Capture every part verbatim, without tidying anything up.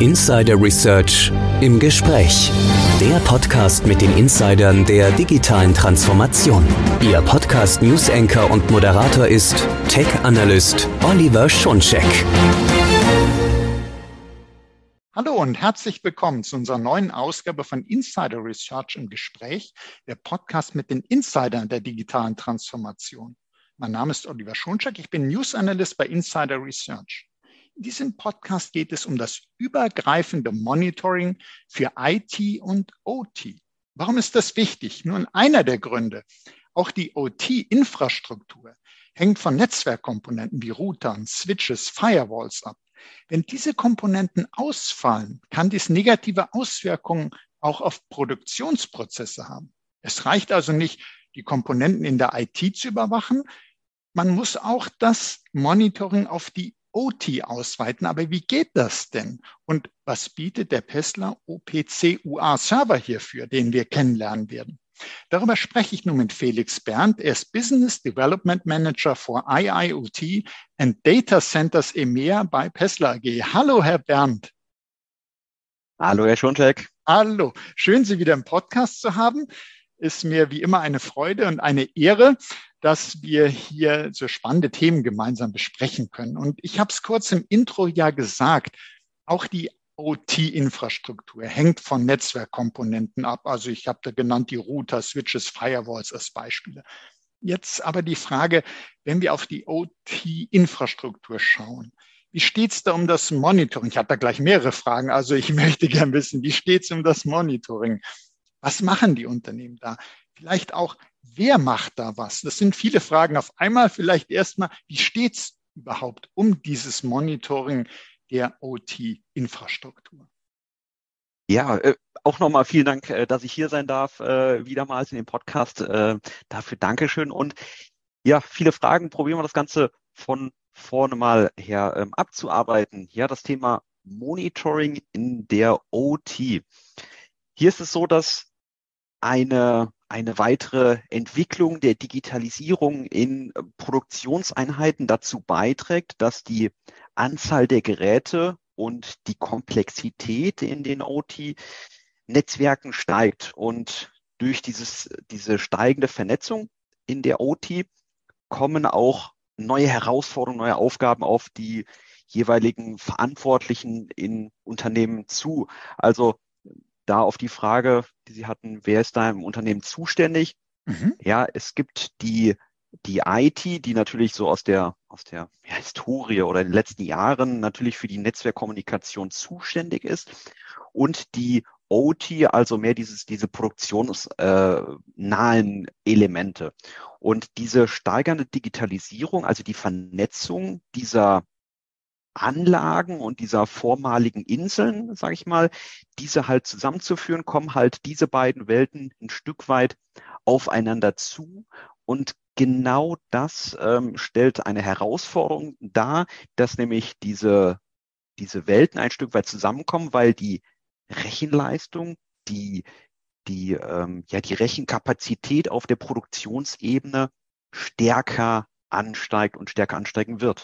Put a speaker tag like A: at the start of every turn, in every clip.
A: Insider Research im Gespräch. Der Podcast mit den Insidern der digitalen Transformation. Ihr Podcast News Anchor und Moderator ist Tech-Analyst Oliver Schoncheck.
B: Hallo und herzlich willkommen zu unserer neuen Ausgabe von Insider Research im Gespräch, der Podcast mit den Insidern der digitalen Transformation. Mein Name ist Oliver Schoncheck, ich bin News Analyst bei Insider Research. In diesem Podcast geht es um das übergreifende Monitoring für I T und O T. Warum ist das wichtig? Nun, einer der Gründe, auch die O T-Infrastruktur hängt von Netzwerkkomponenten wie Routern, Switches, Firewalls ab. Wenn diese Komponenten ausfallen, kann dies negative Auswirkungen auch auf Produktionsprozesse haben. Es reicht also nicht, die Komponenten in der I T zu überwachen. Man muss auch das Monitoring auf die O T ausweiten. Aber wie geht das denn? Und was bietet der Pessler O P C U A Server hierfür, den wir kennenlernen werden? Darüber spreche ich nun mit Felix Berndt. Er ist Business Development Manager for I I O T and Data Centers E M E A bei Pessler A G. Hallo, Herr Berndt.
C: Hallo, Herr Schoncheck.
B: Hallo, schön, Sie wieder im Podcast zu haben. Ist mir wie immer eine Freude und eine Ehre, dass wir hier so spannende Themen gemeinsam besprechen können. Und ich habe es kurz im Intro ja gesagt, auch die O T-Infrastruktur hängt von Netzwerkkomponenten ab. Also ich habe da genannt die Router, Switches, Firewalls als Beispiele. Jetzt aber die Frage, wenn wir auf die O T-Infrastruktur schauen, wie steht es da um das Monitoring? Ich habe da gleich mehrere Fragen, also ich möchte gern wissen, wie steht es um das Monitoring? Was machen die Unternehmen da? Vielleicht auch, wer macht da was? Das sind viele Fragen auf einmal. Vielleicht erstmal, wie steht es überhaupt um dieses Monitoring der O T-Infrastruktur?
C: Ja, äh, auch nochmal vielen Dank, äh, dass ich hier sein darf, äh, wiedermals in dem Podcast. Äh, dafür Dankeschön. Und ja, viele Fragen. Probieren wir das Ganze von vorne mal her ähm, abzuarbeiten. Ja, das Thema Monitoring in der O T. Hier ist es so, dass eine eine weitere Entwicklung der Digitalisierung in Produktionseinheiten dazu beiträgt, dass die Anzahl der Geräte und die Komplexität in den O T-Netzwerken steigt. Und durch dieses, diese steigende Vernetzung in der O T kommen auch neue Herausforderungen, neue Aufgaben auf die jeweiligen Verantwortlichen in Unternehmen zu. Also da auf die Frage, die Sie hatten, wer ist da im Unternehmen zuständig? Mhm. Ja, es gibt die, die I T, die natürlich so aus der, aus der ja, Historie oder in den letzten Jahren natürlich für die Netzwerkkommunikation zuständig ist, und die O T, also mehr dieses, diese produktionsnahen äh, Elemente. Und diese steigernde Digitalisierung, also die Vernetzung dieser Anlagen und dieser vormaligen Inseln, sage ich mal, diese halt zusammenzuführen, kommen halt diese beiden Welten ein Stück weit aufeinander zu. Und genau das ähm, stellt eine Herausforderung dar, dass nämlich diese, diese Welten ein Stück weit zusammenkommen, weil die Rechenleistung, die, die, ähm, ja, die Rechenkapazität auf der Produktionsebene stärker ansteigt und stärker ansteigen wird.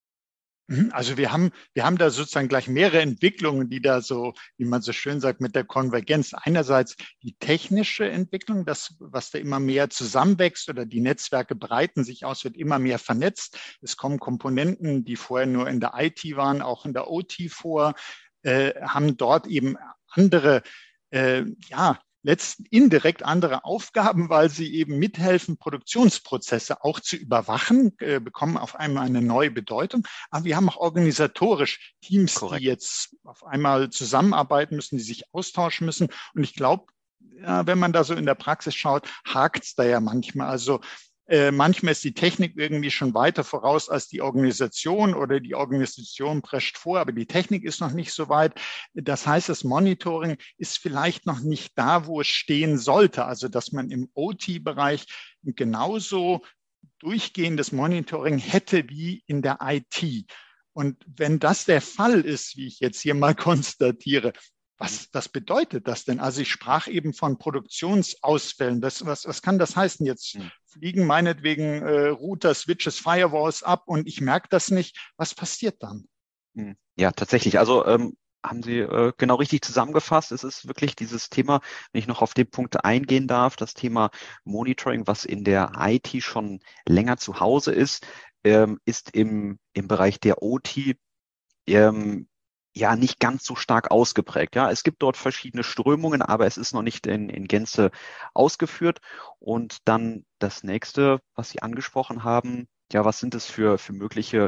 B: Also wir haben, wir haben da sozusagen gleich mehrere Entwicklungen, die da so, wie man so schön sagt, mit der Konvergenz. Einerseits die technische Entwicklung, das, was da immer mehr zusammenwächst, oder die Netzwerke breiten sich aus, wird immer mehr vernetzt. Es kommen Komponenten, die vorher nur in der I T waren, auch in der O T vor, äh, haben dort eben andere, äh, ja, letzten indirekt andere Aufgaben, weil sie eben mithelfen, Produktionsprozesse auch zu überwachen, äh, bekommen auf einmal eine neue Bedeutung. Aber wir haben auch organisatorisch Teams, Korrekt. Die jetzt auf einmal zusammenarbeiten müssen, die sich austauschen müssen. Und ich glaube, ja, wenn man da so in der Praxis schaut, hakt's da ja manchmal. Also Äh, manchmal ist die Technik irgendwie schon weiter voraus als die Organisation, oder die Organisation prescht vor, aber die Technik ist noch nicht so weit. Das heißt, das Monitoring ist vielleicht noch nicht da, wo es stehen sollte. Also, dass man im O T-Bereich genauso durchgehendes Monitoring hätte wie in der I T. Und wenn das der Fall ist, wie ich jetzt hier mal konstatiere, Was, was bedeutet das denn? Also ich sprach eben von Produktionsausfällen. Das, was, was kann das heißen? Jetzt hm. fliegen meinetwegen äh, Router, Switches, Firewalls ab und ich merke das nicht. Was passiert dann?
C: Ja, tatsächlich. Also ähm, haben Sie äh, genau richtig zusammengefasst. Es ist wirklich dieses Thema, wenn ich noch auf den Punkt eingehen darf, das Thema Monitoring, was in der I T schon länger zu Hause ist, ähm, ist im, im Bereich der O T ähm, ja nicht ganz so stark ausgeprägt. Ja, es gibt dort verschiedene Strömungen, aber es ist noch nicht in, in Gänze ausgeführt. Und dann das nächste, was Sie angesprochen haben, ja, was sind es für, für mögliche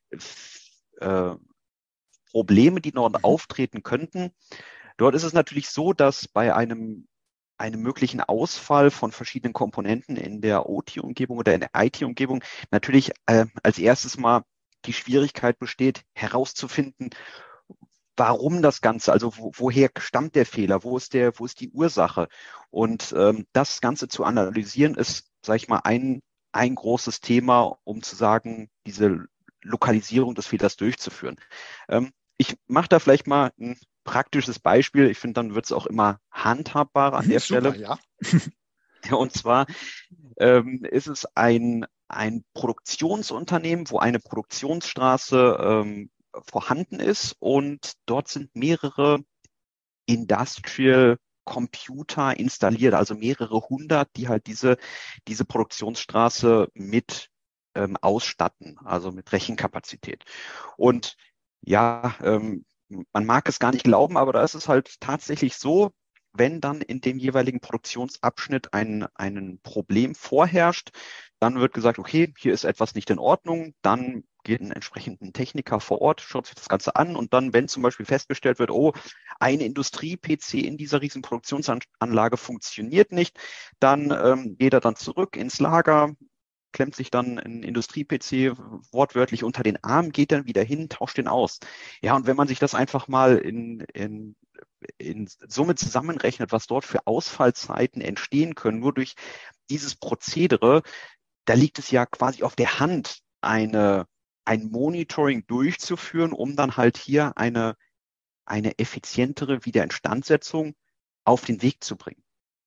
C: äh, Probleme, die dort
B: Mhm.
C: auftreten könnten? Dort ist es natürlich so, dass bei einem einem möglichen Ausfall von verschiedenen Komponenten in der O T-Umgebung oder in der I T-Umgebung natürlich äh, als erstes mal die Schwierigkeit besteht, herauszufinden, warum das Ganze, also wo, woher stammt der Fehler, wo ist der, wo ist die Ursache? Und ähm, das Ganze zu analysieren ist, sage ich mal, ein, ein großes Thema, um zu sagen, diese Lokalisierung des Fehlers durchzuführen. Ähm, ich mache da vielleicht mal ein praktisches Beispiel. Ich finde, dann wird es auch immer handhabbarer an
B: Mhm,
C: der
B: super,
C: Stelle.
B: ja.
C: Und zwar ähm, ist es ein, ein Produktionsunternehmen, wo eine Produktionsstraße ähm, vorhanden ist und dort sind mehrere Industrial Computer installiert, also mehrere hundert, die halt diese, diese Produktionsstraße mit ähm, ausstatten, also mit Rechenkapazität. Und ja, ähm, man mag es gar nicht glauben, aber da ist es halt tatsächlich so, wenn dann in dem jeweiligen Produktionsabschnitt ein, ein Problem vorherrscht, dann wird gesagt, okay, hier ist etwas nicht in Ordnung, dann geht ein entsprechender Techniker vor Ort, schaut sich das Ganze an und dann, wenn zum Beispiel festgestellt wird, oh, ein Industrie-P C in dieser riesen Produktionsanlage funktioniert nicht, dann ähm, geht er dann zurück ins Lager, klemmt sich dann ein Industrie-P C wortwörtlich unter den Arm, geht dann wieder hin, tauscht den aus. Ja, und wenn man sich das einfach mal in, in, in Summe zusammenrechnet, was dort für Ausfallzeiten entstehen können, nur durch dieses Prozedere, da liegt es ja quasi auf der Hand, eine, ein Monitoring durchzuführen, um dann halt hier eine, eine effizientere Wiederinstandsetzung auf den Weg zu bringen.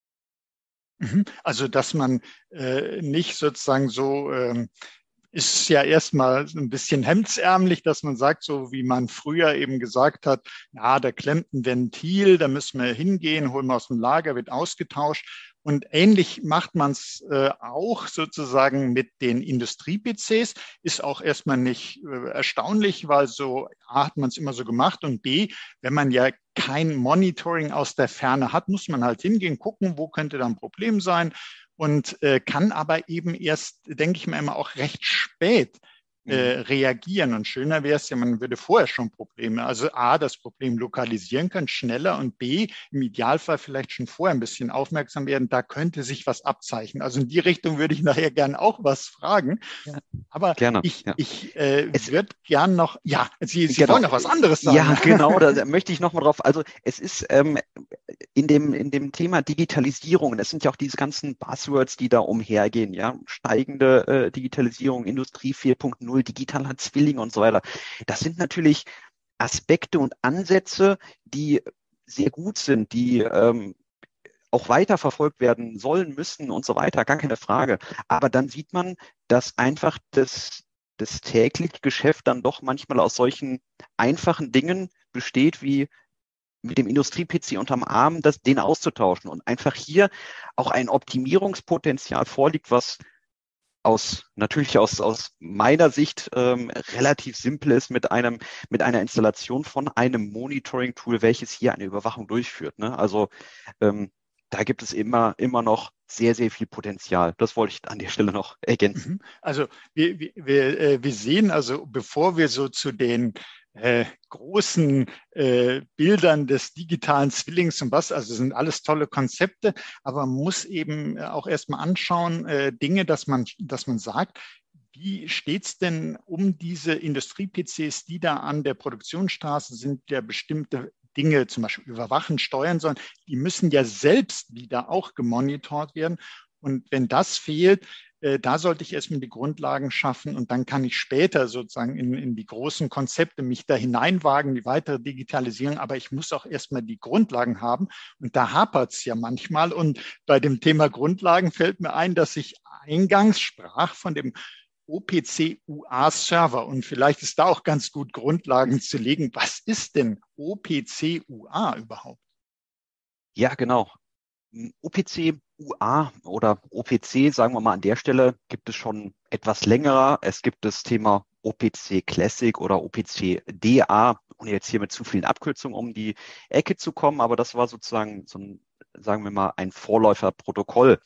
B: Mhm. Also, dass man äh, nicht sozusagen so, ähm, ist ja erstmal ein bisschen hemdsärmlich, dass man sagt, so wie man früher eben gesagt hat, ja, da klemmt ein Ventil, da müssen wir hingehen, holen wir aus dem Lager, wird ausgetauscht. Und ähnlich macht man es äh, auch sozusagen mit den Industrie-P Cs. Ist auch erstmal nicht äh, erstaunlich, weil so A, hat man es immer so gemacht und B, wenn man ja kein Monitoring aus der Ferne hat, muss man halt hingehen, gucken, wo könnte da ein Problem sein und äh, kann aber eben erst, denke ich mir immer, auch recht spät äh, reagieren. Und schöner wäre es ja, man würde vorher schon Probleme, also A, das Problem lokalisieren können, schneller und B, im Idealfall vielleicht schon vorher ein bisschen aufmerksam werden, da könnte sich was abzeichnen. Also in die Richtung würde ich nachher gern auch was fragen.
C: Ja,
B: Aber
C: gerne.
B: ich,
C: Ja.
B: ich äh,
C: Es,
B: würde gern noch, ja, Sie, Sie wollen
C: genau.
B: noch was anderes sagen.
C: Ja, genau, da möchte ich nochmal drauf. Also es ist ähm, in dem, in dem Thema Digitalisierung, das sind ja auch diese ganzen Buzzwords, die da umhergehen, ja, steigende äh, Digitalisierung, Industrie vier Punkt null, digitaler Zwilling und so weiter. Das sind natürlich Aspekte und Ansätze, die sehr gut sind, die ähm, auch weiter verfolgt werden sollen, müssen und so weiter, gar keine Frage. Aber dann sieht man, dass einfach das, das tägliche Geschäft dann doch manchmal aus solchen einfachen Dingen besteht, wie mit dem Industrie-P C unterm Arm, das, den auszutauschen und einfach hier auch ein Optimierungspotenzial vorliegt, was aus, natürlich aus, aus meiner Sicht ähm, relativ simpel ist mit einem, mit einer Installation von einem Monitoring-Tool, welches hier eine Überwachung durchführt. Ne? Also ähm, da gibt es immer, immer noch sehr, sehr viel Potenzial. Das wollte ich an der Stelle noch ergänzen.
B: Also wir, wir, wir, äh, wir sehen also, bevor wir so zu den äh, großen äh, Bildern des digitalen Zwillings und was, also sind alles tolle Konzepte, aber man muss eben auch erstmal anschauen, äh, Dinge, dass man, dass man sagt, wie steht es denn um diese Industrie-P Cs, die da an der Produktionsstraße sind, ja bestimmte Dinge zum Beispiel überwachen, steuern sollen, die müssen ja selbst wieder auch gemonitort werden. Und wenn das fehlt, äh, da sollte ich erstmal die Grundlagen schaffen und dann kann ich später sozusagen in, in die großen Konzepte mich da hineinwagen, die weitere Digitalisierung. Aber ich muss auch erstmal die Grundlagen haben. Und da hapert es ja manchmal. Und bei dem Thema Grundlagen fällt mir ein, dass ich eingangs sprach von dem O P C U A-Server. Und vielleicht ist da auch ganz gut Grundlagen zu legen. Was ist denn O P C U A überhaupt?
C: Ja, genau. O P C U A oder O P C, sagen wir mal an der Stelle, gibt es schon etwas länger. Es gibt das Thema O P C Classic oder O P C D A, ohne jetzt hier mit zu vielen Abkürzungen um die Ecke zu kommen, aber das war sozusagen so ein, sagen wir mal, ein Vorläuferprotokoll.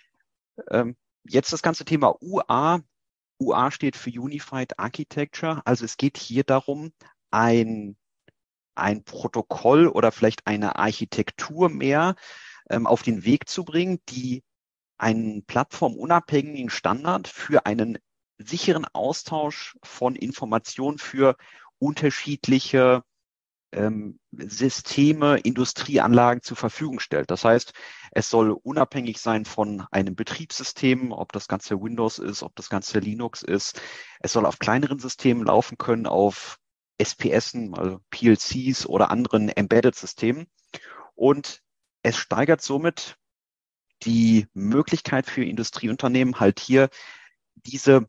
C: Ähm, jetzt das ganze Thema U A. U A steht für Unified Architecture. Also es geht hier darum, ein, ein Protokoll oder vielleicht eine Architektur mehr ähm, auf den Weg zu bringen, die einen plattformunabhängigen Standard für einen sicheren Austausch von Informationen für unterschiedliche ähm, Systeme, Industrieanlagen zur Verfügung stellt. Das heißt, es soll unabhängig sein von einem Betriebssystem, ob das Ganze Windows ist, ob das Ganze Linux ist. Es soll auf kleineren Systemen laufen können, auf S P S, also P L Cs oder anderen Embedded-Systemen. Und es steigert somit die Möglichkeit für Industrieunternehmen, halt hier diese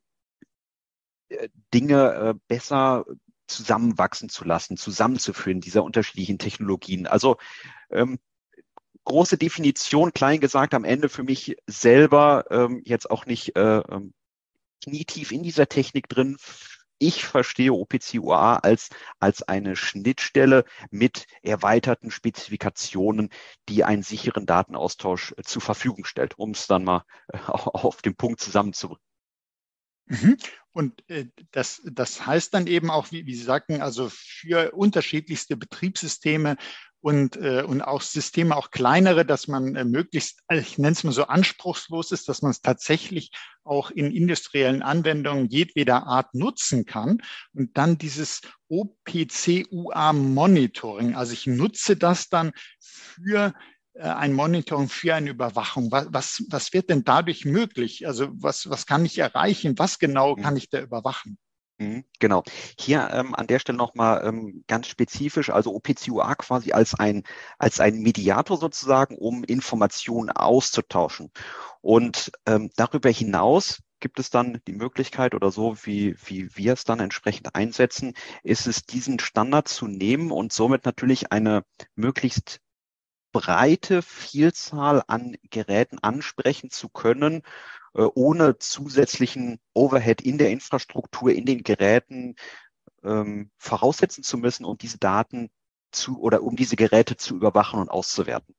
C: äh, Dinge äh, besser zusammenwachsen zu lassen, zusammenzuführen, dieser unterschiedlichen Technologien. Also ähm, große Definition, klein gesagt, am Ende für mich selber ähm, jetzt auch nicht äh, ähm, knietief in dieser Technik drin. Ich verstehe O P C U A als, als eine Schnittstelle mit erweiterten Spezifikationen, die einen sicheren Datenaustausch äh, zur Verfügung stellt, um es dann mal äh, auf den Punkt zusammenzubringen.
B: Mhm. Und äh, das, das heißt dann eben auch, wie, wie Sie sagten, also für unterschiedlichste Betriebssysteme und, äh, und auch Systeme, auch kleinere, dass man äh, möglichst, ich nenne es mal so, anspruchslos ist, dass man es tatsächlich auch in industriellen Anwendungen jedweder Art nutzen kann. Und dann dieses O P C U A Monitoring. Also ich nutze das dann für ein Monitoring, für eine Überwachung. Was, was, was wird denn dadurch möglich? Also was, was kann ich erreichen? Was genau kann ich da überwachen?
C: Genau. Hier ähm, an der Stelle nochmal ähm, ganz spezifisch, also O P C U A quasi als ein, als ein Mediator sozusagen, um Informationen auszutauschen. Und ähm, darüber hinaus gibt es dann die Möglichkeit oder so, wie, wie wir es dann entsprechend einsetzen, ist es, diesen Standard zu nehmen und somit natürlich eine möglichst breite Vielzahl an Geräten ansprechen zu können, äh, ohne zusätzlichen Overhead in der Infrastruktur, in den Geräten ähm, voraussetzen zu müssen, um diese Daten zu oder um diese Geräte zu überwachen und auszuwerten.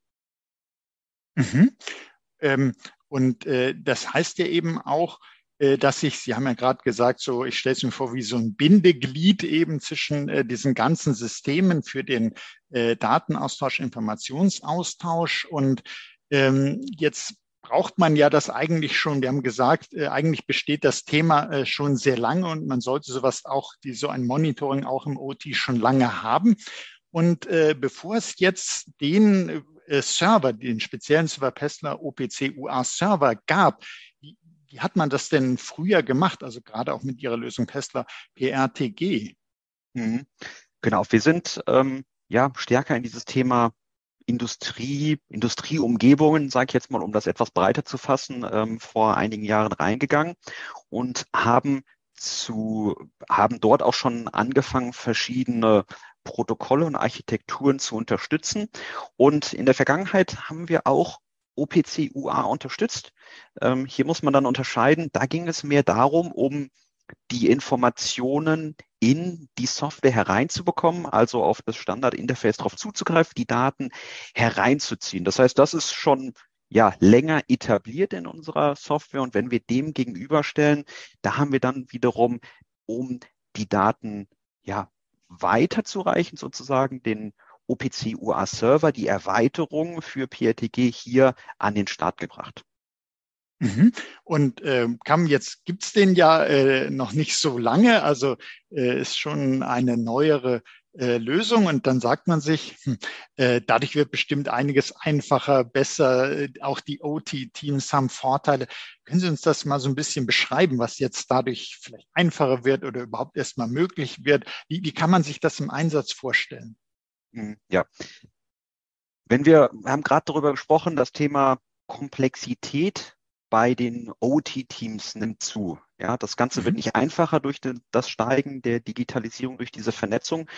B: Mhm. Ähm, und äh, das heißt ja eben auch, äh, dass ich, Sie haben ja gerade gesagt, so, ich stelle es mir vor, wie so ein Bindeglied eben zwischen äh, diesen ganzen Systemen für den äh, Datenaustausch, Informationsaustausch. Und ähm, jetzt braucht man ja das eigentlich schon. Wir haben gesagt, äh, eigentlich besteht das Thema äh, schon sehr lange und man sollte sowas auch, die, so ein Monitoring auch im O T schon lange haben. Und äh, bevor es jetzt den äh, Server, den speziellen Server Pestler O P C U A Server gab, wie, wie hat man das denn früher gemacht? Also gerade auch mit Ihrer Lösung Pestler P R T G.
C: Mhm. Genau, wir sind ähm, ja stärker in dieses Thema Industrie, Industrieumgebungen, sage ich jetzt mal, um das etwas breiter zu fassen, ähm, vor einigen Jahren reingegangen und haben zu, haben dort auch schon angefangen, verschiedene Protokolle und Architekturen zu unterstützen. Und in der Vergangenheit haben wir auch O P C U A unterstützt. Ähm, hier muss man dann unterscheiden. Da ging es mehr darum, um die Informationen in die Software hereinzubekommen, also auf das Standard-Interface drauf zuzugreifen, die Daten hereinzuziehen. Das heißt, das ist schon ja länger etabliert in unserer Software. Und wenn wir dem gegenüberstellen, da haben wir dann wiederum, um die Daten ja weiterzureichen, sozusagen den O P C U A-Server, die Erweiterung für P R T G hier an den Start gebracht.
B: Mhm. Und äh, kam jetzt, gibt es den ja äh, noch nicht so lange, also äh, ist schon eine neuere äh, Lösung und dann sagt man sich, hm, äh, dadurch wird bestimmt einiges einfacher, besser, äh, auch die O T-Teams haben Vorteile. Können Sie uns das mal so ein bisschen beschreiben, was jetzt dadurch vielleicht einfacher wird oder überhaupt erstmal möglich wird? Wie, wie kann man sich das im Einsatz vorstellen?
C: Ja, wenn wir, wir haben gerade darüber gesprochen, das Thema Komplexität bei den O T-Teams nimmt zu. Ja, das Ganze wird
B: Mhm.
C: nicht einfacher durch den, das Steigen der Digitalisierung, durch diese Vernetzung.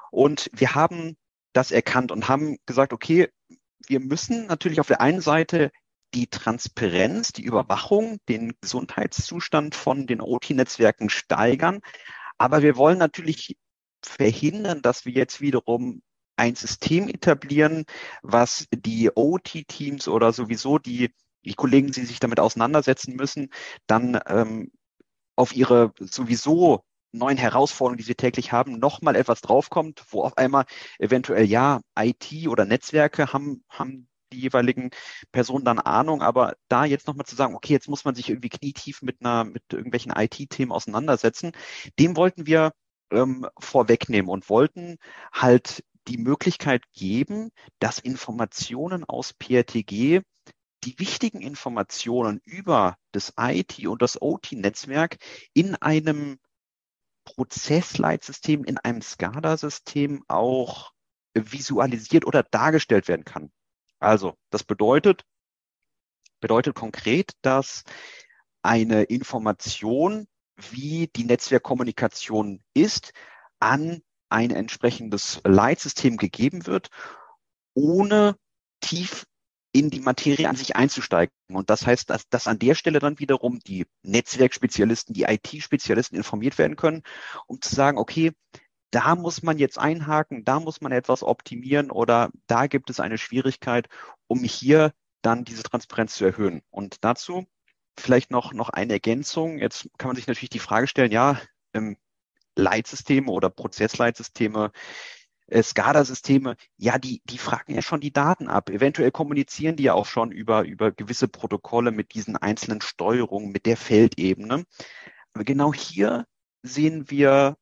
C: Und wir haben das erkannt und haben gesagt, okay, wir müssen natürlich auf der einen Seite die Transparenz, die Überwachung, den Gesundheitszustand von den O T-Netzwerken steigern. Aber wir wollen natürlich verhindern, dass wir jetzt wiederum ein System etablieren, was die O T-Teams oder sowieso die, die Kollegen, die sich damit auseinandersetzen müssen, dann ähm, auf ihre sowieso neuen Herausforderungen, die sie täglich haben, nochmal etwas draufkommt, wo auf einmal eventuell, ja, I T oder Netzwerke haben, haben die jeweiligen Personen dann Ahnung, aber da jetzt nochmal zu sagen, okay, jetzt muss man sich irgendwie knietief mit einer, mit irgendwelchen I T-Themen auseinandersetzen, dem wollten wir ähm, vorwegnehmen und wollten halt die Möglichkeit geben, dass Informationen aus P R T G, die wichtigen Informationen über das I T und das O T-Netzwerk in einem Prozessleitsystem, in einem SCADA-System auch visualisiert oder dargestellt werden kann. Also, das bedeutet, bedeutet konkret, dass eine Information, wie die Netzwerkkommunikation ist, an ein entsprechendes Leitsystem gegeben wird, ohne tief in die Materie an sich einzusteigen. Und das heißt, dass, dass an der Stelle dann wiederum die Netzwerkspezialisten, die I T-Spezialisten informiert werden können, um zu sagen, okay, da muss man jetzt einhaken, da muss man etwas optimieren oder da gibt es eine Schwierigkeit, um hier dann diese Transparenz zu erhöhen. Und dazu vielleicht noch, noch eine Ergänzung. Jetzt kann man sich natürlich die Frage stellen, ja, ähm, Leitsysteme oder Prozessleitsysteme, äh, SCADA-Systeme, ja, die, die fragen ja schon die Daten ab. Eventuell kommunizieren die ja auch schon über, über gewisse Protokolle mit diesen einzelnen Steuerungen, mit der Feldebene. Aber genau hier sehen wir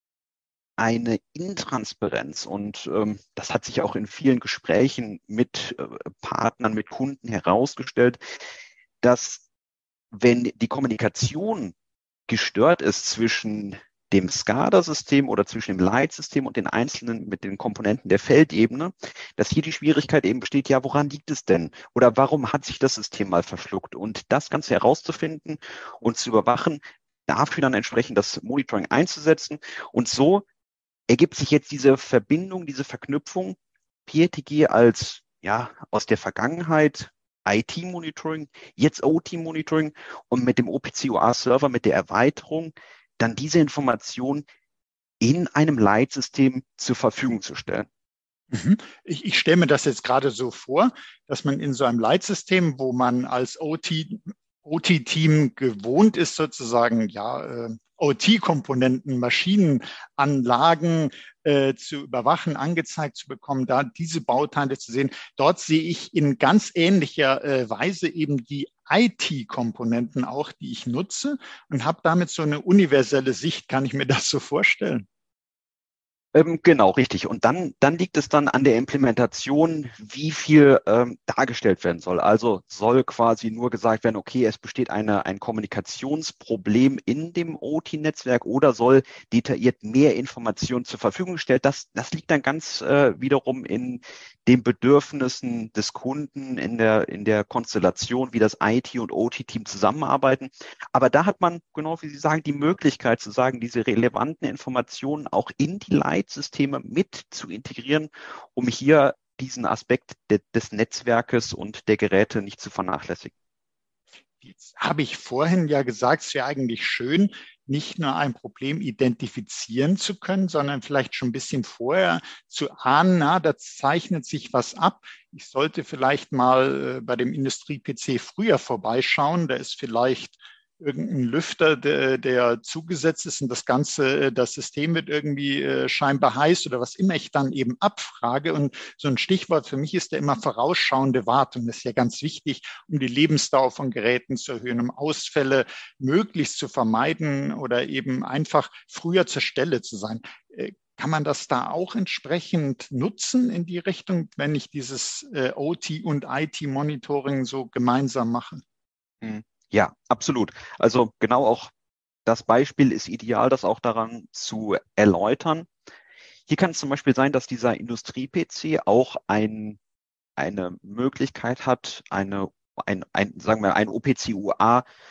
C: eine Intransparenz und ähm, das hat sich auch in vielen Gesprächen mit äh, Partnern, mit Kunden herausgestellt, dass wenn die Kommunikation gestört ist zwischen dem SCADA-System oder zwischen dem Leitsystem und den einzelnen mit den Komponenten der Feldebene, dass hier die Schwierigkeit eben besteht, ja, woran liegt es denn? Oder warum hat sich das System mal verschluckt? Und das Ganze herauszufinden und zu überwachen, dafür dann entsprechend das Monitoring einzusetzen und so ergibt sich jetzt diese Verbindung, diese Verknüpfung, P R T G als ja aus der Vergangenheit I T-Monitoring, jetzt O T-Monitoring und mit dem O P C O A-Server, mit der Erweiterung, dann diese Information in einem Leitsystem zur Verfügung zu stellen.
B: Ich, ich stelle mir das jetzt gerade so vor, dass man in so einem Leitsystem, wo man als O T O T-Team gewohnt ist, sozusagen, ja, äh, O T-Komponenten, Maschinenanlagen äh, zu überwachen, angezeigt zu bekommen, da diese Bauteile zu sehen. Dort sehe ich in ganz ähnlicher äh, Weise eben die I T-Komponenten auch, die ich nutze und habe damit so eine universelle Sicht. Kann ich mir das so vorstellen?
C: Ähm, genau, richtig. Und dann, dann liegt es dann an der Implementation, wie viel ähm, dargestellt werden soll. Also soll quasi nur gesagt werden, okay, es besteht eine, ein Kommunikationsproblem in dem O T-Netzwerk oder soll detailliert mehr Informationen zur Verfügung gestellt. Das, das liegt dann ganz äh, wiederum in den Bedürfnissen des Kunden, in der, in der Konstellation, wie das I T- und O T-Team zusammenarbeiten. Aber da hat man, genau wie Sie sagen, die Möglichkeit zu sagen, diese relevanten Informationen auch in die Leitsysteme mit zu integrieren, um hier diesen Aspekt de, des Netzwerkes und der Geräte nicht zu vernachlässigen.
B: Jetzt habe ich vorhin ja gesagt, es wäre eigentlich schön, nicht nur ein Problem identifizieren zu können, sondern vielleicht schon ein bisschen vorher zu ahnen, na, da zeichnet sich was ab. Ich sollte vielleicht mal äh, bei dem Industrie-P C früher vorbeischauen. Da ist vielleicht irgendein Lüfter, der, der zugesetzt ist und das Ganze, das System wird irgendwie äh, scheinbar heiß oder was immer ich dann eben abfrage. Und so ein Stichwort für mich ist ja immer vorausschauende Wartung. Das ist ja ganz wichtig, um die Lebensdauer von Geräten zu erhöhen, um Ausfälle möglichst zu vermeiden oder eben einfach früher zur Stelle zu sein. Äh, Kann man das da auch entsprechend nutzen in die Richtung, wenn ich dieses äh, O T- und I T-Monitoring so gemeinsam mache?
C: Hm. Ja, absolut. Also genau auch das Beispiel ist ideal, das auch daran zu erläutern. Hier kann es zum Beispiel sein, dass dieser Industrie-P C auch ein, eine Möglichkeit hat, eine, ein, ein, sagen wir, ein O P C U A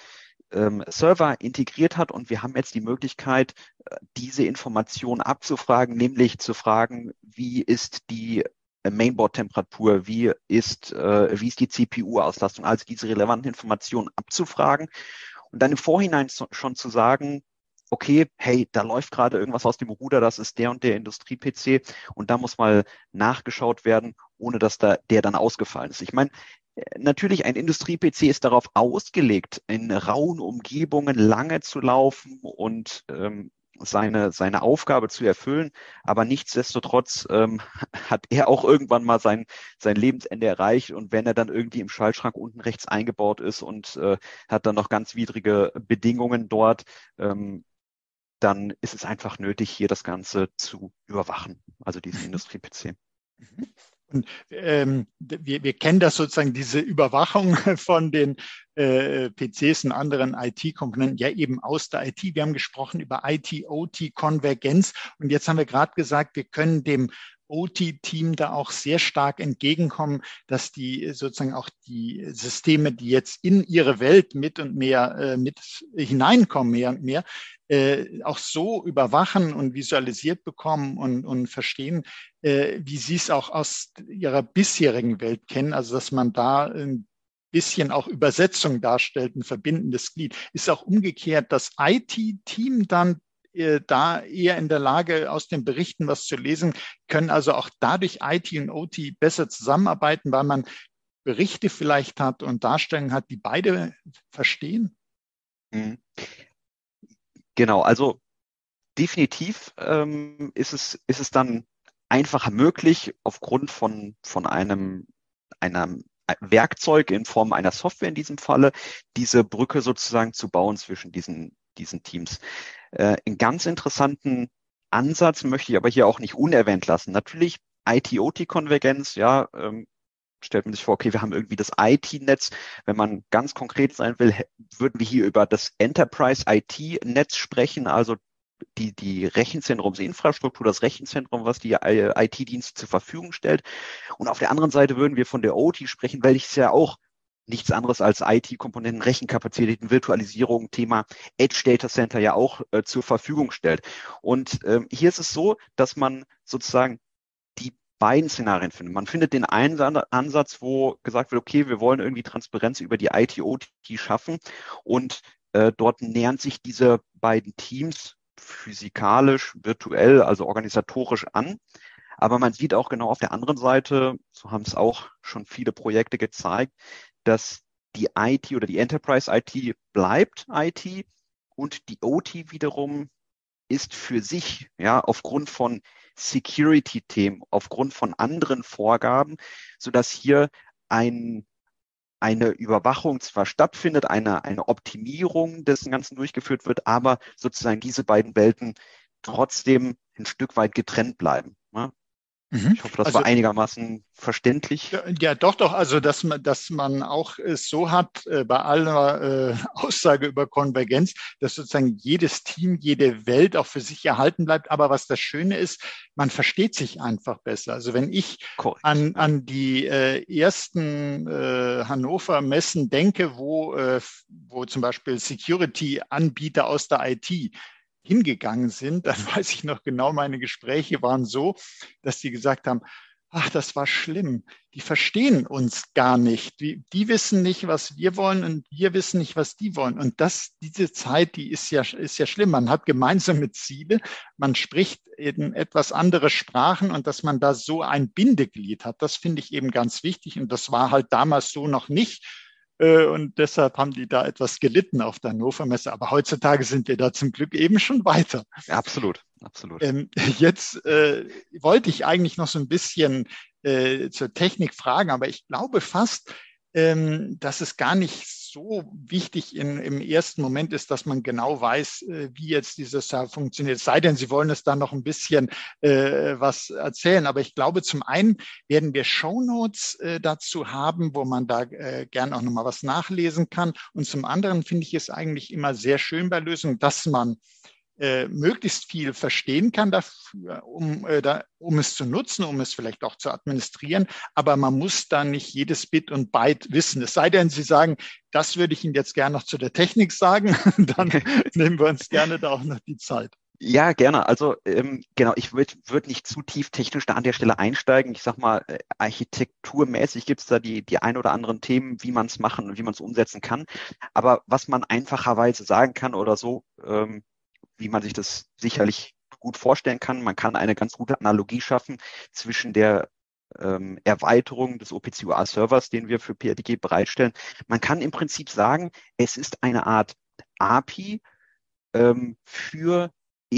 C: ähm, Server integriert hat und wir haben jetzt die Möglichkeit, diese Informationen abzufragen, nämlich zu fragen, wie ist die Mainboard-Temperatur, wie ist, äh, wie ist die C P U-Auslastung, also diese relevanten Informationen abzufragen und dann im Vorhinein so, schon zu sagen, okay, hey, da läuft gerade irgendwas aus dem Ruder, das ist der und der Industrie-P C und da muss mal nachgeschaut werden, ohne dass da der dann ausgefallen ist. Ich meine, natürlich, ein Industrie-P C ist darauf ausgelegt, in rauen Umgebungen lange zu laufen und ähm, seine, seine Aufgabe zu erfüllen. Aber nichtsdestotrotz ähm, hat er auch irgendwann mal sein, sein Lebensende erreicht. Und wenn er dann irgendwie im Schaltschrank unten rechts eingebaut ist und äh, hat dann noch ganz widrige Bedingungen dort, ähm, dann ist es einfach nötig, hier das Ganze zu überwachen, also diesen Industrie-P C.
B: Und ähm, wir, wir kennen das sozusagen, diese Überwachung von den äh, P Cs und anderen I T-Komponenten ja eben aus der I T. Wir haben gesprochen über I T-O T-Konvergenz und jetzt haben wir gerade gesagt, wir können dem O T-Team da auch sehr stark entgegenkommen, dass die sozusagen auch die Systeme, die jetzt in ihre Welt mit und mehr äh, mit hineinkommen, mehr und mehr, äh, auch so überwachen und visualisiert bekommen und, und verstehen, äh, wie sie es auch aus ihrer bisherigen Welt kennen. Also dass man da ein bisschen auch Übersetzung darstellt, ein verbindendes Glied. Ist auch umgekehrt das I T-Team dann da eher in der Lage, aus den Berichten was zu lesen, können also auch dadurch I T und O T besser zusammenarbeiten, weil man Berichte vielleicht hat und Darstellungen hat, die beide verstehen?
C: Mhm. Genau, also definitiv ähm, ist es, ist es dann einfacher möglich, aufgrund von, von einem, einem Werkzeug in Form einer Software in diesem Falle, diese Brücke sozusagen zu bauen zwischen diesen, diesen Teams. Äh, einen ganz interessanten Ansatz möchte ich aber hier auch nicht unerwähnt lassen. Natürlich I T-O T-Konvergenz, ja, ähm, stellt man sich vor, okay, wir haben irgendwie das I T-Netz. Wenn man ganz konkret sein will, würden wir hier über das Enterprise I T-Netz sprechen, also die, die Rechenzentrumsinfrastruktur, das Rechenzentrum, was die I T-Dienste zur Verfügung stellt. Und auf der anderen Seite würden wir von der O T sprechen, weil es ja auch nichts anderes als I T-Komponenten, Rechenkapazitäten, Virtualisierung, Thema Edge Data Center ja auch äh, zur Verfügung stellt. Und ähm, hier ist es so, dass man sozusagen die beiden Szenarien findet. Man findet den einen Ansatz, wo gesagt wird, okay, wir wollen irgendwie Transparenz über die I T-O T schaffen und äh, dort nähern sich diese beiden Teams physikalisch, virtuell, also organisatorisch an. Aber man sieht auch genau auf der anderen Seite, so haben es auch schon viele Projekte gezeigt, dass die I T oder die Enterprise I T bleibt I T und die O T wiederum ist für sich, ja, aufgrund von Security-Themen, aufgrund von anderen Vorgaben, sodass hier ein, eine Überwachung zwar stattfindet, eine, eine Optimierung des Ganzen durchgeführt wird, aber sozusagen diese beiden Welten trotzdem ein Stück weit getrennt bleiben. Ja? Ich hoffe, das
B: also,
C: war einigermaßen verständlich.
B: Ja, ja, doch, doch. Also, dass man, dass man auch es so hat, äh, bei aller äh, Aussage über Konvergenz, dass sozusagen jedes Team, jede Welt auch für sich erhalten bleibt. Aber was das Schöne ist, man versteht sich einfach besser. Also, wenn ich
C: Korrekt.
B: an, an die äh, ersten äh, Hannover Messen denke, wo, äh, wo zum Beispiel Security-Anbieter aus der I T hingegangen sind, dann weiß ich noch genau, meine Gespräche waren so, dass die gesagt haben, ach, das war schlimm. Die verstehen uns gar nicht. Die, die wissen nicht, was wir wollen und wir wissen nicht, was die wollen. Und das, diese Zeit, die ist ja, ist ja schlimm. Man hat gemeinsame Ziele, man spricht eben etwas andere Sprachen und dass man da so ein Bindeglied hat, das finde ich eben ganz wichtig. Und das war halt damals so noch nicht. Und deshalb haben die da etwas gelitten auf der Hannover Messe. Aber heutzutage sind wir da zum Glück eben schon weiter.
C: Ja, absolut, absolut.
B: Ähm, jetzt äh, wollte ich eigentlich noch so ein bisschen äh, zur Technik fragen, aber ich glaube fast, ähm, dass es gar nicht so wichtig in, im ersten Moment ist, dass man genau weiß, äh, wie jetzt dieses Jahr funktioniert. Es sei denn, Sie wollen es dann noch ein bisschen äh, was erzählen. Aber ich glaube, zum einen werden wir Shownotes äh, dazu haben, wo man da äh, gern auch nochmal was nachlesen kann. Und zum anderen finde ich es eigentlich immer sehr schön bei Lösungen, dass man äh, möglichst viel verstehen kann dafür, um, äh, da, um es zu nutzen, um es vielleicht auch zu administrieren. Aber man muss da nicht jedes Bit und Byte wissen. Es sei denn, Sie sagen, das würde ich Ihnen jetzt gerne noch zu der Technik sagen. Dann nehmen wir uns gerne da auch noch die Zeit.
C: Ja, gerne. Also ähm, genau, ich würde würd nicht zu tief technisch da an der Stelle einsteigen. Ich sag mal, äh, architekturmäßig gibt es da die, die ein oder anderen Themen, wie man es machen und wie man es umsetzen kann. Aber was man einfacherweise sagen kann oder so, ähm, wie man sich das sicherlich gut vorstellen kann, man kann eine ganz gute Analogie schaffen zwischen der ähm, Erweiterung des O P C U A-Servers, den wir für P R T G bereitstellen. Man kann im Prinzip sagen, es ist eine Art A P I ähm, für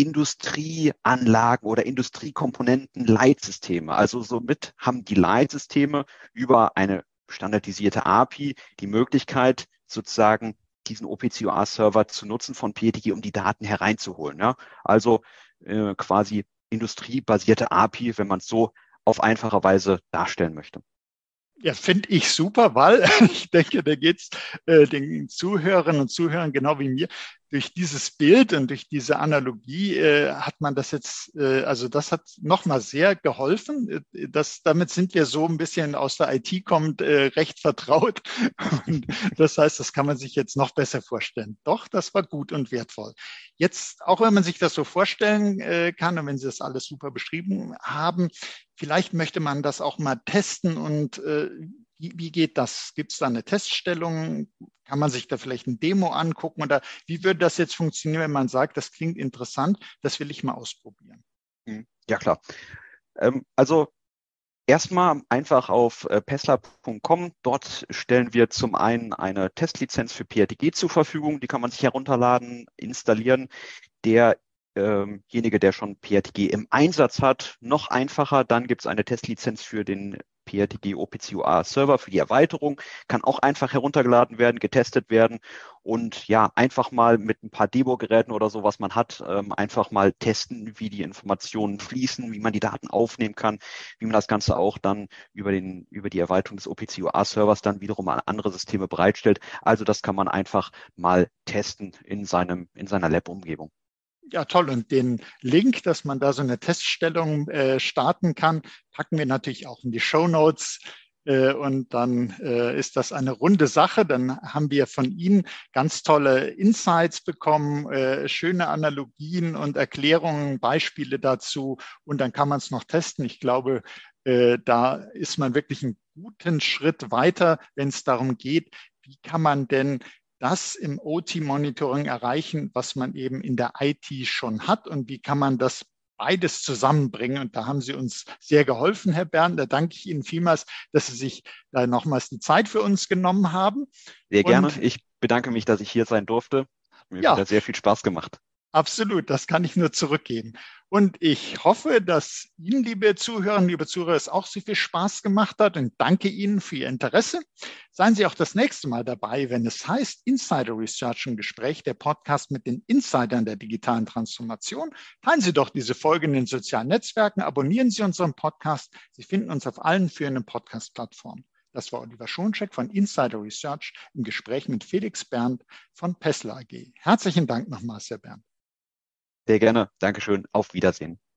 C: Industrieanlagen oder Industriekomponenten, Leitsysteme. Also somit haben die Leitsysteme über eine standardisierte A P I die Möglichkeit, sozusagen diesen O P C U A-Server zu nutzen von P R T G, um die Daten hereinzuholen. Ja? Also äh, quasi industriebasierte A P I, wenn man es so auf einfache Weise darstellen möchte.
B: Ja, finde ich super, weil ich denke, da geht's äh, den Zuhörerinnen und Zuhörern genau wie mir. Durch dieses Bild und durch diese Analogie äh, hat man das jetzt, äh, also das hat nochmal sehr geholfen. Das, damit sind wir so ein bisschen aus der I T kommt äh, recht vertraut. Und das heißt, das kann man sich jetzt noch besser vorstellen. Doch, das war gut und wertvoll. Jetzt, auch wenn man sich das so vorstellen äh, kann und wenn Sie das alles super beschrieben haben, vielleicht möchte man das auch mal testen und äh, wie, wie geht das? Gibt es da eine Teststellung? Kann man sich da vielleicht ein Demo angucken oder wie würde das jetzt funktionieren, wenn man sagt, das klingt interessant, das will ich mal ausprobieren?
C: Ja, klar. Ähm, also erstmal einfach auf äh, pessler punkt com. Dort stellen wir zum einen eine Testlizenz für P R T G zur Verfügung. Die kann man sich herunterladen, installieren. Derjenige, der schon P R T G im Einsatz hat, noch einfacher. Dann gibt es eine Testlizenz für den P R T G O P C U A-Server für die Erweiterung. Kann auch einfach heruntergeladen werden, getestet werden und ja, einfach mal mit ein paar Demo-Geräten oder so, was man hat, ähm, einfach mal testen, wie die Informationen fließen, wie man die Daten aufnehmen kann, wie man das Ganze auch dann über den, über die Erweiterung des O P C U A-Servers dann wiederum an andere Systeme bereitstellt. Also das kann man einfach mal testen in seinem, in seiner Lab-Umgebung.
B: Ja, toll. Und den Link, dass man da so eine Teststellung äh, starten kann, packen wir natürlich auch in die Shownotes. Äh, und dann äh, ist das eine runde Sache. Dann haben wir von Ihnen ganz tolle Insights bekommen, äh, schöne Analogien und Erklärungen, Beispiele dazu. Und dann kann man es noch testen. Ich glaube, äh, da ist man wirklich einen guten Schritt weiter, wenn es darum geht, wie kann man denn das im O T-Monitoring erreichen, was man eben in der I T schon hat und wie kann man das beides zusammenbringen. Und da haben Sie uns sehr geholfen, Herr Bernd. Da danke ich Ihnen vielmals, dass Sie sich da nochmals die Zeit für uns genommen haben.
C: Sehr gerne. Und ich bedanke mich, dass ich hier sein durfte. Hat mir
B: ja,
C: wieder sehr viel Spaß gemacht.
B: Absolut, das kann ich nur zurückgeben. Und ich hoffe, dass Ihnen, liebe Zuhörerinnen, liebe Zuhörer, es auch so viel Spaß gemacht hat und danke Ihnen für Ihr Interesse. Seien Sie auch das nächste Mal dabei, wenn es heißt Insider Research im Gespräch, der Podcast mit den Insidern der digitalen Transformation. Teilen Sie doch diese Folge in den sozialen Netzwerken, abonnieren Sie unseren Podcast. Sie finden uns auf allen führenden Podcast-Plattformen. Das war Oliver Schoncheck von Insider Research im Gespräch mit Felix Berndt von Pessler A G. Herzlichen Dank nochmals, Herr Berndt.
C: Sehr gerne. Dankeschön. Auf Wiedersehen.